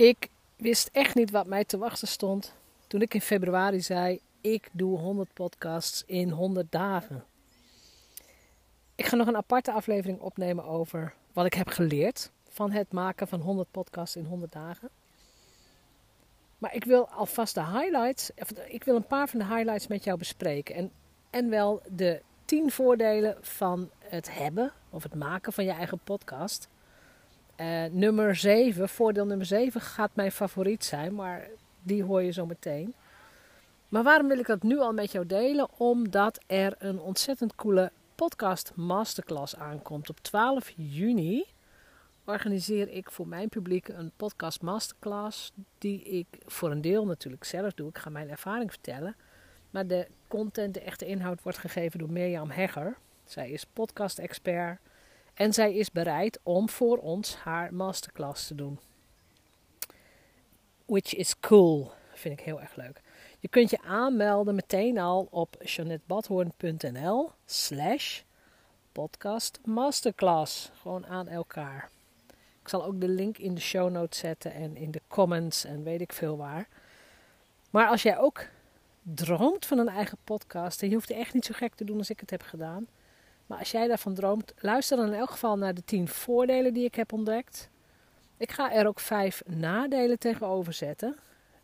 Ik wist echt niet wat mij te wachten stond toen ik in februari zei, ik doe 100 podcasts in 100 dagen. Ik ga nog een aparte aflevering opnemen over wat ik heb geleerd van het maken van 100 podcasts in 100 dagen. Maar ik wil alvast ik wil een paar van de highlights met jou bespreken. En wel de 10 voordelen van het hebben of het maken van je eigen podcast. Voordeel nummer 7 gaat mijn favoriet zijn, maar die hoor je zo meteen. Maar waarom wil ik dat nu al met jou delen? Omdat er een ontzettend coole podcast masterclass aankomt. Op 12 juni organiseer ik voor mijn publiek een podcast masterclass die ik voor een deel natuurlijk zelf doe. Ik ga mijn ervaring vertellen. Maar de content, de echte inhoud wordt gegeven door Mirjam Hegger. Zij is podcast-expert en zij is bereid om voor ons haar masterclass te doen. Which is cool. Vind ik heel erg leuk. Je kunt je aanmelden meteen al op jeanettebadhoorn.nl/podcastmasterclass. Gewoon aan elkaar. Ik zal ook de link in de show notes zetten en in de comments en weet ik veel waar. Maar als jij ook droomt van een eigen podcast, en je hoeft het echt niet zo gek te doen als ik het heb gedaan. Maar als jij daarvan droomt, luister dan in elk geval naar de 10 voordelen die ik heb ontdekt. Ik ga er ook 5 nadelen tegenover zetten.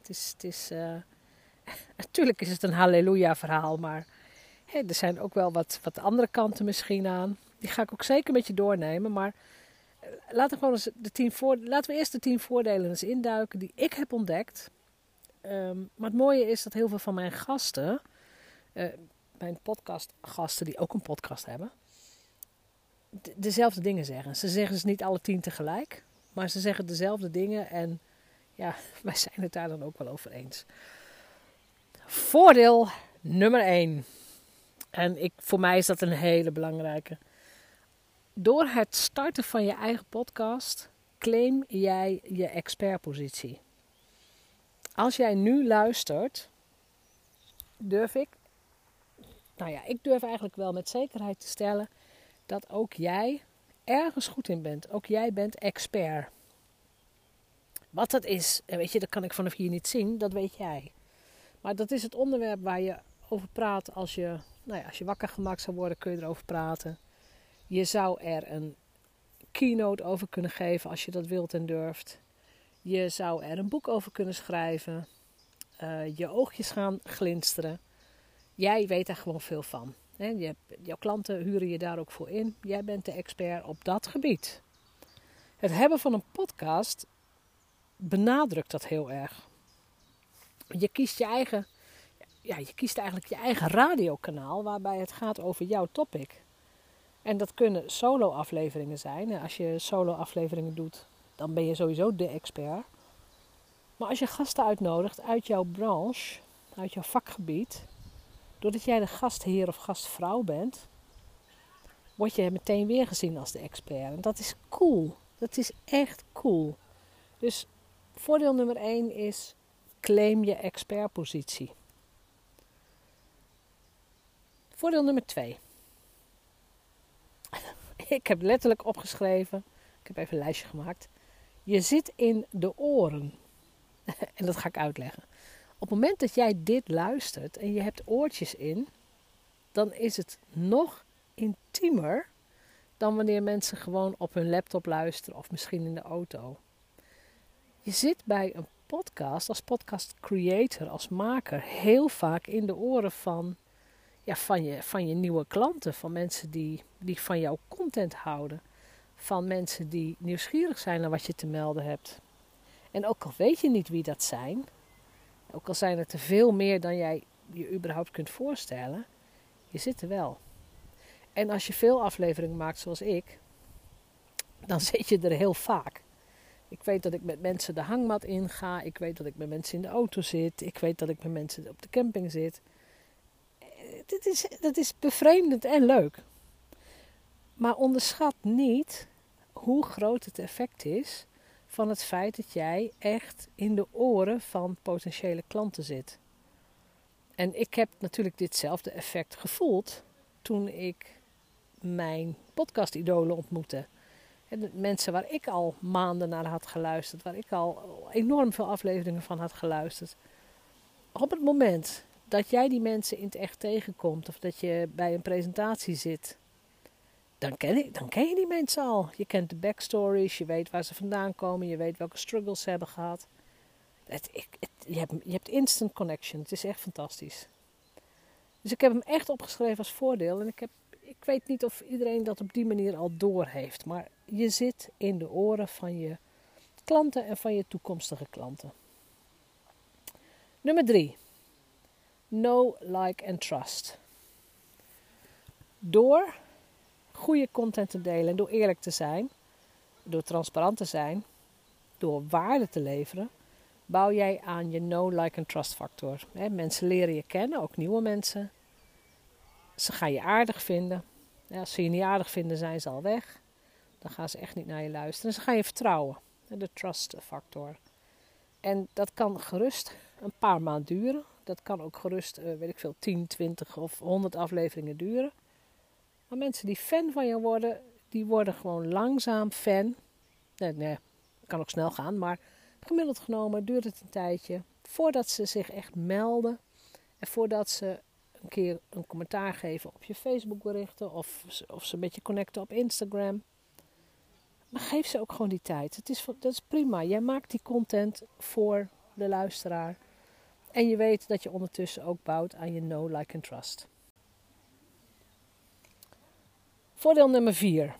Natuurlijk is het een halleluja verhaal, maar er zijn ook wel wat andere kanten misschien aan. Die ga ik ook zeker met je doornemen, maar laten we eerst de 10 voordelen eens induiken die ik heb ontdekt. Maar het mooie is dat heel veel van mijn gasten, mijn podcastgasten die ook een podcast hebben, dezelfde dingen zeggen. Ze zeggen dus niet alle 10 tegelijk, maar ze zeggen dezelfde dingen en ja, wij zijn het daar dan ook wel over eens. Voordeel nummer 1. En voor mij is dat een hele belangrijke. Door het starten van je eigen podcast claim jij je expertpositie. Als jij nu luistert, ik durf eigenlijk wel met zekerheid te stellen dat ook jij ergens goed in bent. Ook jij bent expert. Wat dat is, weet je, dat kan ik vanaf hier niet zien, dat weet jij. Maar dat is het onderwerp waar je over praat als je wakker gemaakt zou worden, kun je erover praten. Je zou er een keynote over kunnen geven als je dat wilt en durft. Je zou er een boek over kunnen schrijven. Je oogjes gaan glinsteren. Jij weet daar gewoon veel van. Jouw klanten huren je daar ook voor in. Jij bent de expert op dat gebied. Het hebben van een podcast benadrukt dat heel erg. Je kiest eigenlijk je eigen radiokanaal waarbij het gaat over jouw topic. En dat kunnen solo-afleveringen zijn. Als je solo-afleveringen doet, dan ben je sowieso de expert. Maar als je gasten uitnodigt uit jouw branche, uit jouw vakgebied, doordat jij de gastheer of gastvrouw bent, word je meteen weer gezien als de expert. En dat is cool. Dat is echt cool. Dus voordeel nummer 1 is, claim je expertpositie. Voordeel nummer 2. Ik heb letterlijk opgeschreven, ik heb even een lijstje gemaakt. Je zit in de oren. En dat ga ik uitleggen. Op het moment dat jij dit luistert en je hebt oortjes in, dan is het nog intiemer dan wanneer mensen gewoon op hun laptop luisteren of misschien in de auto. Je zit bij een podcast als podcast creator, als maker, heel vaak in de oren van je nieuwe klanten, van mensen die van jouw content houden, van mensen die nieuwsgierig zijn naar wat je te melden hebt. En ook al weet je niet wie dat zijn, ook al zijn het er veel meer dan jij je überhaupt kunt voorstellen, je zit er wel. En als je veel afleveringen maakt zoals ik, dan zit je er heel vaak. Ik weet dat ik met mensen de hangmat inga, ik weet dat ik met mensen in de auto zit, ik weet dat ik met mensen op de camping zit. Dat is bevreemdend en leuk. Maar onderschat niet hoe groot het effect is van het feit dat jij echt in de oren van potentiële klanten zit. En ik heb natuurlijk ditzelfde effect gevoeld toen ik mijn podcast-idolen ontmoette. En de mensen waar ik al maanden naar had geluisterd, waar ik al enorm veel afleveringen van had geluisterd. Op het moment dat jij die mensen in het echt tegenkomt of dat je bij een presentatie zit, dan ken je die mensen al. Je kent de backstories, je weet waar ze vandaan komen, je weet welke struggles ze hebben gehad. Je hebt instant connection, het is echt fantastisch. Dus ik heb hem echt opgeschreven als voordeel en ik weet niet of iedereen dat op die manier al doorheeft, maar je zit in de oren van je klanten en van je toekomstige klanten. Nummer 3. Know, like en trust. Door goede content te delen en door eerlijk te zijn, door transparant te zijn, door waarde te leveren, bouw jij aan je know, like en trust factor. Mensen leren je kennen, ook nieuwe mensen. Ze gaan je aardig vinden. Als ze je niet aardig vinden, zijn ze al weg. Dan gaan ze echt niet naar je luisteren. En ze gaan je vertrouwen. De trust factor. En dat kan gerust een paar maanden duren. Dat kan ook gerust, 10, 20 of 100 afleveringen duren. Maar mensen die fan van je worden, die worden gewoon langzaam fan. Nee, kan ook snel gaan, maar gemiddeld genomen duurt het een tijdje voordat ze zich echt melden. En voordat ze een keer een commentaar geven op je Facebook berichten of ze met je connecten op Instagram. Maar geef ze ook gewoon die tijd. Dat is prima. Jij maakt die content voor de luisteraar. En je weet dat je ondertussen ook bouwt aan je know, like en trust. Voordeel nummer 4.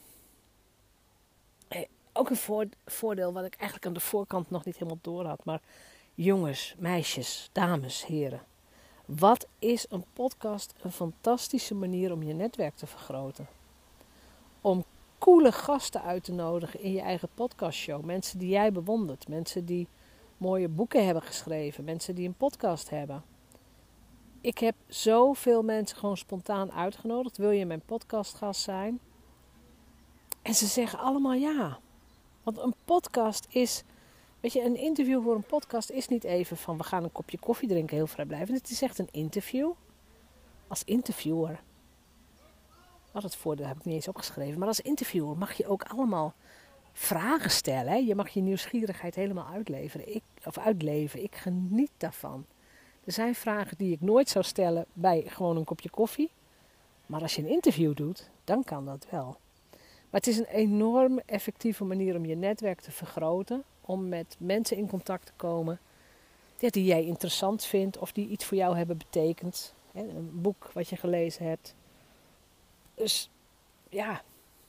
Ook een voordeel wat ik eigenlijk aan de voorkant nog niet helemaal door had. Maar jongens, meisjes, dames, heren. Wat is een podcast een fantastische manier om je netwerk te vergroten. Om coole gasten uit te nodigen in je eigen podcastshow. Mensen die jij bewondert. Mensen die mooie boeken hebben geschreven. Mensen die een podcast hebben. Ik heb zoveel mensen gewoon spontaan uitgenodigd. Wil je mijn podcastgast zijn? En ze zeggen allemaal ja. Want een podcast is... Weet je, een interview voor een podcast is niet even van... we gaan een kopje koffie drinken, heel vrijblijvend. Het is echt een interview. Als interviewer... het voordeel heb ik niet eens opgeschreven. Maar als interviewer mag je ook allemaal vragen stellen. Hè? Je mag je nieuwsgierigheid helemaal uitleven. Ik geniet daarvan. Er zijn vragen die ik nooit zou stellen bij gewoon een kopje koffie. Maar als je een interview doet, dan kan dat wel. Maar het is een enorm effectieve manier om je netwerk te vergroten. Om met mensen in contact te komen die jij interessant vindt of die iets voor jou hebben betekend. Hè? Een boek wat je gelezen hebt. Dus ja,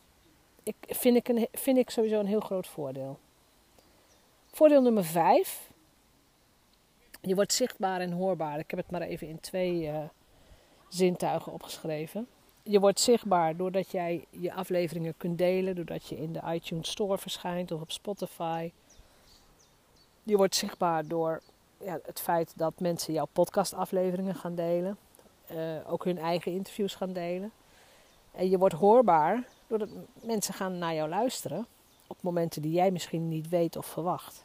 vind ik sowieso een heel groot voordeel. Voordeel nummer 5. Je wordt zichtbaar en hoorbaar. Ik heb het maar even in 2 zintuigen opgeschreven. Je wordt zichtbaar doordat jij je afleveringen kunt delen. Doordat je in de iTunes Store verschijnt of op Spotify. Je wordt zichtbaar door het feit dat mensen jouw podcastafleveringen gaan delen. Ook hun eigen interviews gaan delen. En je wordt hoorbaar doordat mensen gaan naar jou luisteren op momenten die jij misschien niet weet of verwacht.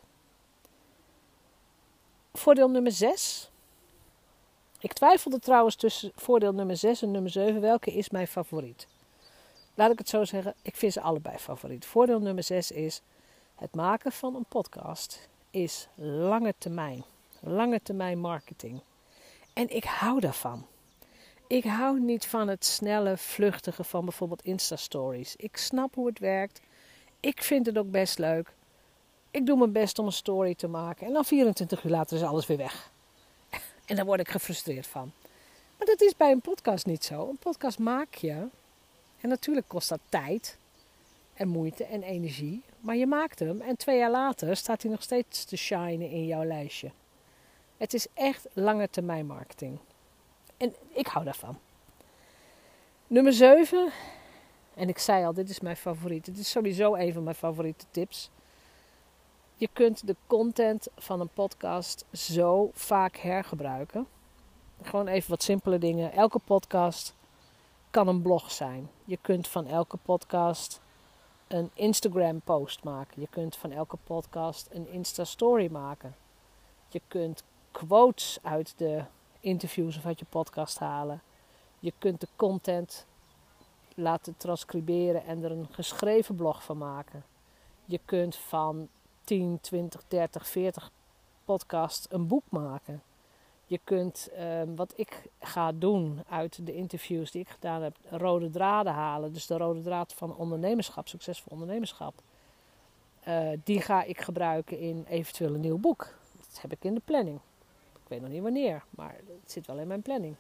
Voordeel nummer 6. Ik twijfelde trouwens tussen voordeel nummer 6 en nummer 7. Welke is mijn favoriet? Laat ik het zo zeggen, ik vind ze allebei favoriet. Voordeel nummer 6 is het maken van een podcast is lange termijn marketing. En ik hou daarvan. Ik hou niet van het snelle, vluchtige van bijvoorbeeld Insta-stories. Ik snap hoe het werkt. Ik vind het ook best leuk. Ik doe mijn best om een story te maken. En dan 24 uur later is alles weer weg. En daar word ik gefrustreerd van. Maar dat is bij een podcast niet zo. Een podcast maak je. En natuurlijk kost dat tijd. En moeite en energie. Maar je maakt hem. En 2 jaar later staat hij nog steeds te shinen in jouw lijstje. Het is echt lange termijn marketing. En ik hou daarvan. Nummer 7. En ik zei al, dit is mijn favoriet. Dit is sowieso een van mijn favoriete tips. Je kunt de content van een podcast zo vaak hergebruiken. Gewoon even wat simpele dingen. Elke podcast kan een blog zijn. Je kunt van elke podcast een Instagram post maken. Je kunt van elke podcast een Insta story maken. Je kunt quotes uit de interviews of uit je podcast halen. Je kunt de content laten transcriberen en er een geschreven blog van maken. Je kunt van 10, 20, 30, 40 podcasts een boek maken. Je kunt, wat ik ga doen uit de interviews die ik gedaan heb, rode draden halen. Dus de rode draad van ondernemerschap, succesvol ondernemerschap. Die ga ik gebruiken in eventueel een nieuw boek. Dat heb ik in de planning. Ik weet nog niet wanneer, maar het zit wel in mijn planning.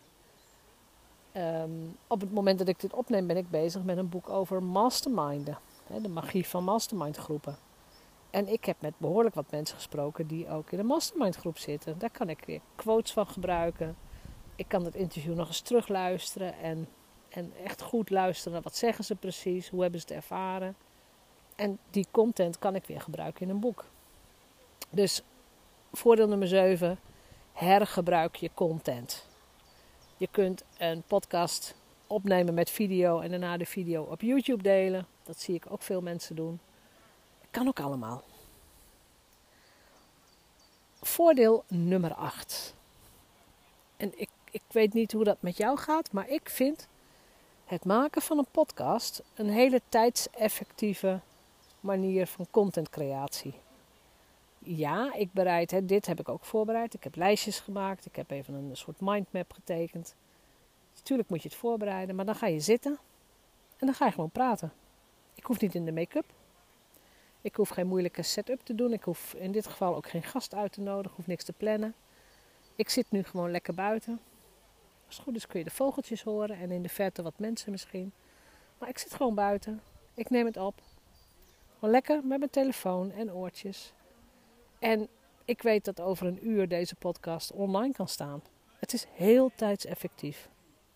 Op het moment dat ik dit opneem ben ik bezig met een boek over masterminden. De magie van mastermind groepen. En ik heb met behoorlijk wat mensen gesproken die ook in een mastermind groep zitten. Daar kan ik weer quotes van gebruiken. Ik kan het interview nog eens terugluisteren en echt goed luisteren naar wat zeggen ze precies, hoe hebben ze het ervaren. En die content kan ik weer gebruiken in een boek. Dus voordeel nummer 7, hergebruik je content. Je kunt een podcast opnemen met video en daarna de video op YouTube delen. Dat zie ik ook veel mensen doen. Kan ook allemaal. Voordeel nummer 8. En ik weet niet hoe dat met jou gaat, maar ik vind het maken van een podcast een hele tijdseffectieve manier van contentcreatie. Ja, dit heb ik ook voorbereid. Ik heb lijstjes gemaakt. Ik heb even een soort mindmap getekend. Natuurlijk moet je het voorbereiden, maar dan ga je zitten en dan ga je gewoon praten. Ik hoef niet in de make-up. Ik hoef geen moeilijke setup te doen. Ik hoef in dit geval ook geen gast uit te nodigen. Ik hoef niks te plannen. Ik zit nu gewoon lekker buiten. Als het goed is kun je de vogeltjes horen en in de verte wat mensen misschien. Maar ik zit gewoon buiten. Ik neem het op. Gewoon lekker met mijn telefoon en oortjes. En ik weet dat over een uur deze podcast online kan staan. Het is heel tijdseffectief.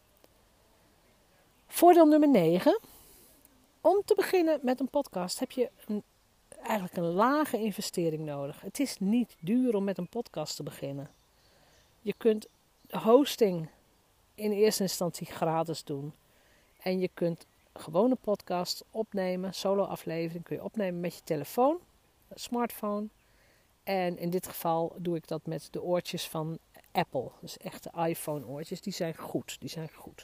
Voordeel nummer 9. Om te beginnen met een podcast heb je eigenlijk een lage investering nodig. Het is niet duur om met een podcast te beginnen. Je kunt de hosting in eerste instantie gratis doen. En je kunt gewone podcasts opnemen, solo-aflevering kun je opnemen met je telefoon, smartphone. En in dit geval doe ik dat met de oortjes van Apple. Dus echte iPhone-oortjes, die zijn goed.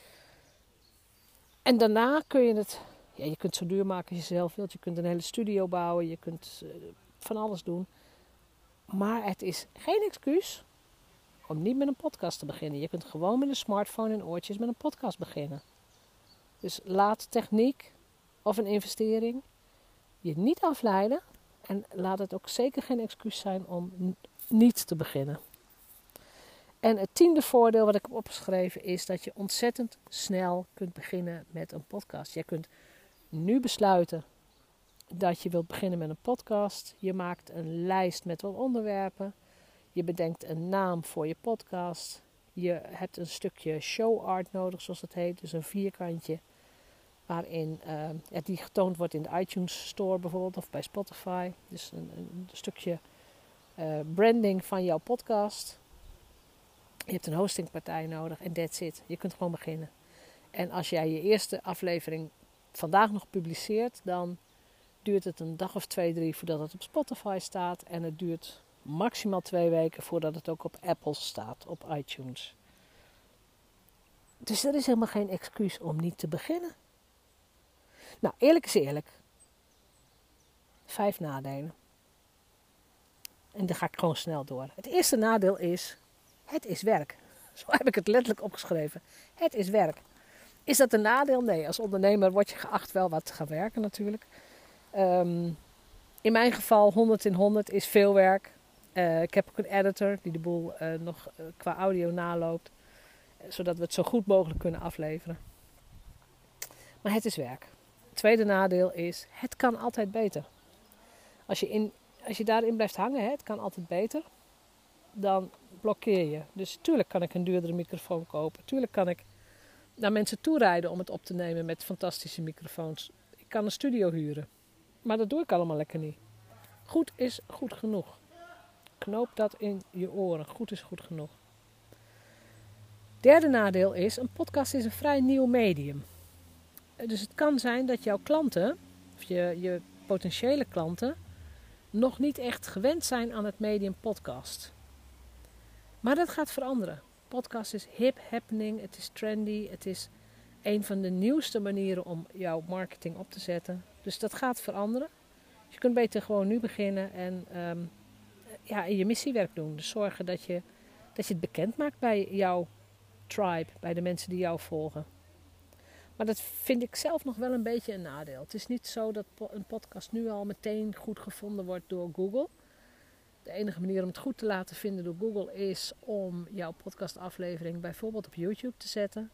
En daarna kun je het, je kunt het zo duur maken als je zelf wilt. Je kunt een hele studio bouwen, je kunt van alles doen. Maar het is geen excuus om niet met een podcast te beginnen. Je kunt gewoon met een smartphone en oortjes met een podcast beginnen. Dus laat techniek of een investering je niet afleiden. En laat het ook zeker geen excuus zijn om niet te beginnen. En het 10e voordeel wat ik heb opgeschreven is dat je ontzettend snel kunt beginnen met een podcast. Je kunt nu besluiten dat je wilt beginnen met een podcast. Je maakt een lijst met wat onderwerpen. Je bedenkt een naam voor je podcast. Je hebt een stukje show art nodig, zoals dat heet. Dus een vierkantje waarin die getoond wordt in de iTunes Store bijvoorbeeld of bij Spotify. Dus een stukje branding van jouw podcast. Je hebt een hostingpartij nodig en that's it. Je kunt gewoon beginnen. En als jij je eerste aflevering vandaag nog publiceert, dan duurt het een dag of 2, 3 voordat het op Spotify staat. En het duurt maximaal 2 weken voordat het ook op Apple staat, op iTunes. Dus er is helemaal geen excuus om niet te beginnen. Nou, eerlijk is eerlijk. 5 nadelen. En daar ga ik gewoon snel door. Het eerste nadeel is, het is werk. Zo heb ik het letterlijk opgeschreven. Het is werk. Is dat een nadeel? Nee, als ondernemer word je geacht wel wat te gaan werken natuurlijk. In mijn geval 100 in 100 is veel werk. Ik heb ook een editor die de boel nog qua audio naloopt. Zodat we het zo goed mogelijk kunnen afleveren. Maar het is werk. Het tweede nadeel is, het kan altijd beter. Als je daarin blijft hangen, het kan altijd beter, dan blokkeer je. Dus tuurlijk kan ik een duurdere microfoon kopen. Tuurlijk kan ik naar mensen toe rijden om het op te nemen met fantastische microfoons. Ik kan een studio huren. Maar dat doe ik allemaal lekker niet. Goed is goed genoeg. Knoop dat in je oren. Goed is goed genoeg. Derde nadeel is, een podcast is een vrij nieuw medium. Dus het kan zijn dat jouw klanten, of je potentiële klanten, nog niet echt gewend zijn aan het medium podcast. Maar dat gaat veranderen. Podcast is hip, happening, het is trendy, het is een van de nieuwste manieren om jouw marketing op te zetten. Dus dat gaat veranderen. Dus je kunt beter gewoon nu beginnen en je missiewerk doen. Dus zorgen dat je het bekend maakt bij jouw tribe, bij de mensen die jou volgen. Maar dat vind ik zelf nog wel een beetje een nadeel. Het is niet zo dat een podcast nu al meteen goed gevonden wordt door Google. De enige manier om het goed te laten vinden door Google is om jouw podcastaflevering bijvoorbeeld op YouTube te zetten.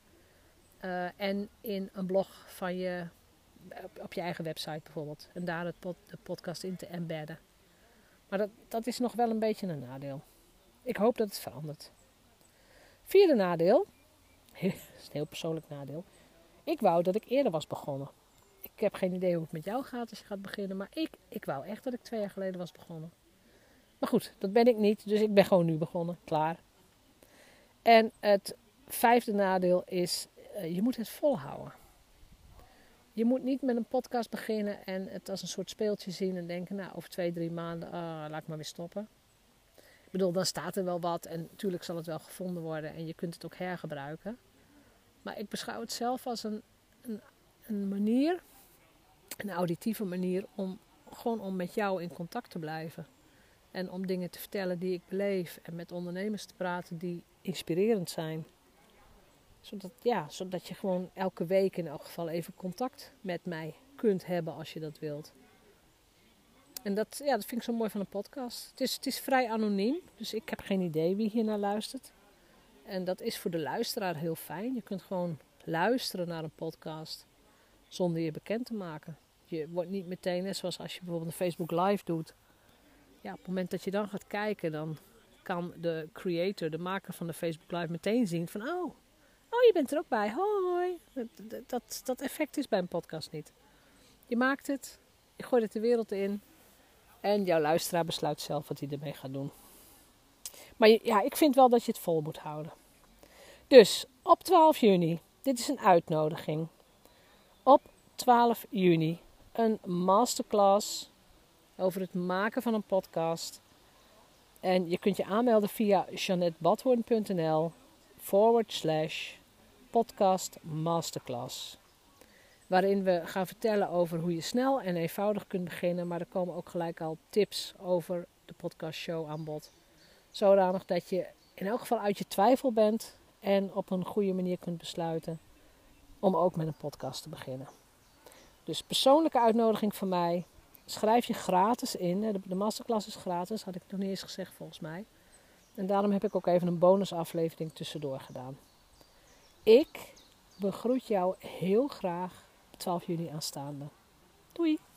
En in een blog van je, op je eigen website bijvoorbeeld. En daar de podcast in te embedden. Maar dat is nog wel een beetje een nadeel. Ik hoop dat het verandert. Vierde nadeel. Dat is een heel persoonlijk nadeel. Ik wou dat ik eerder was begonnen. Ik heb geen idee hoe het met jou gaat als je gaat beginnen. Maar ik wou echt dat ik 2 jaar geleden was begonnen. Maar goed, dat ben ik niet. Dus ik ben gewoon nu begonnen. Klaar. En het 5e nadeel is, je moet het volhouden. Je moet niet met een podcast beginnen en het als een soort speeltje zien en denken, nou, over 2-3 maanden, laat ik maar weer stoppen. Ik bedoel, dan staat er wel wat en natuurlijk zal het wel gevonden worden en je kunt het ook hergebruiken. Maar ik beschouw het zelf als een manier, een auditieve manier om met jou in contact te blijven. En om dingen te vertellen die ik beleef en met ondernemers te praten die inspirerend zijn. Zodat je gewoon elke week in elk geval even contact met mij kunt hebben als je dat wilt. En dat vind ik zo mooi van een podcast. Het is vrij anoniem, dus ik heb geen idee wie hier naar luistert. En dat is voor de luisteraar heel fijn. Je kunt gewoon luisteren naar een podcast zonder je bekend te maken. Je wordt niet meteen, net zoals als je bijvoorbeeld een Facebook Live doet. Ja, op het moment dat je dan gaat kijken, dan kan de creator, de maker van de Facebook Live meteen zien van, oh, je bent er ook bij. Hoi. Dat effect is bij een podcast niet. Je maakt het, je gooit het de wereld in en jouw luisteraar besluit zelf wat hij ermee gaat doen. Maar ik vind wel dat je het vol moet houden. Dus op 12 juni, dit is een uitnodiging. Op 12 juni een masterclass over het maken van een podcast. En je kunt je aanmelden via jeanettebadhoorn.nl/podcast masterclass. Waarin we gaan vertellen over hoe je snel en eenvoudig kunt beginnen. Maar er komen ook gelijk al tips over de podcastshow aan bod. Zodanig dat je in elk geval uit je twijfel bent en op een goede manier kunt besluiten om ook met een podcast te beginnen. Dus persoonlijke uitnodiging van mij. Schrijf je gratis in. De masterclass is gratis, had ik nog niet eens gezegd volgens mij. En daarom heb ik ook even een bonusaflevering tussendoor gedaan. Ik begroet jou heel graag op 12 juni aanstaande. Doei!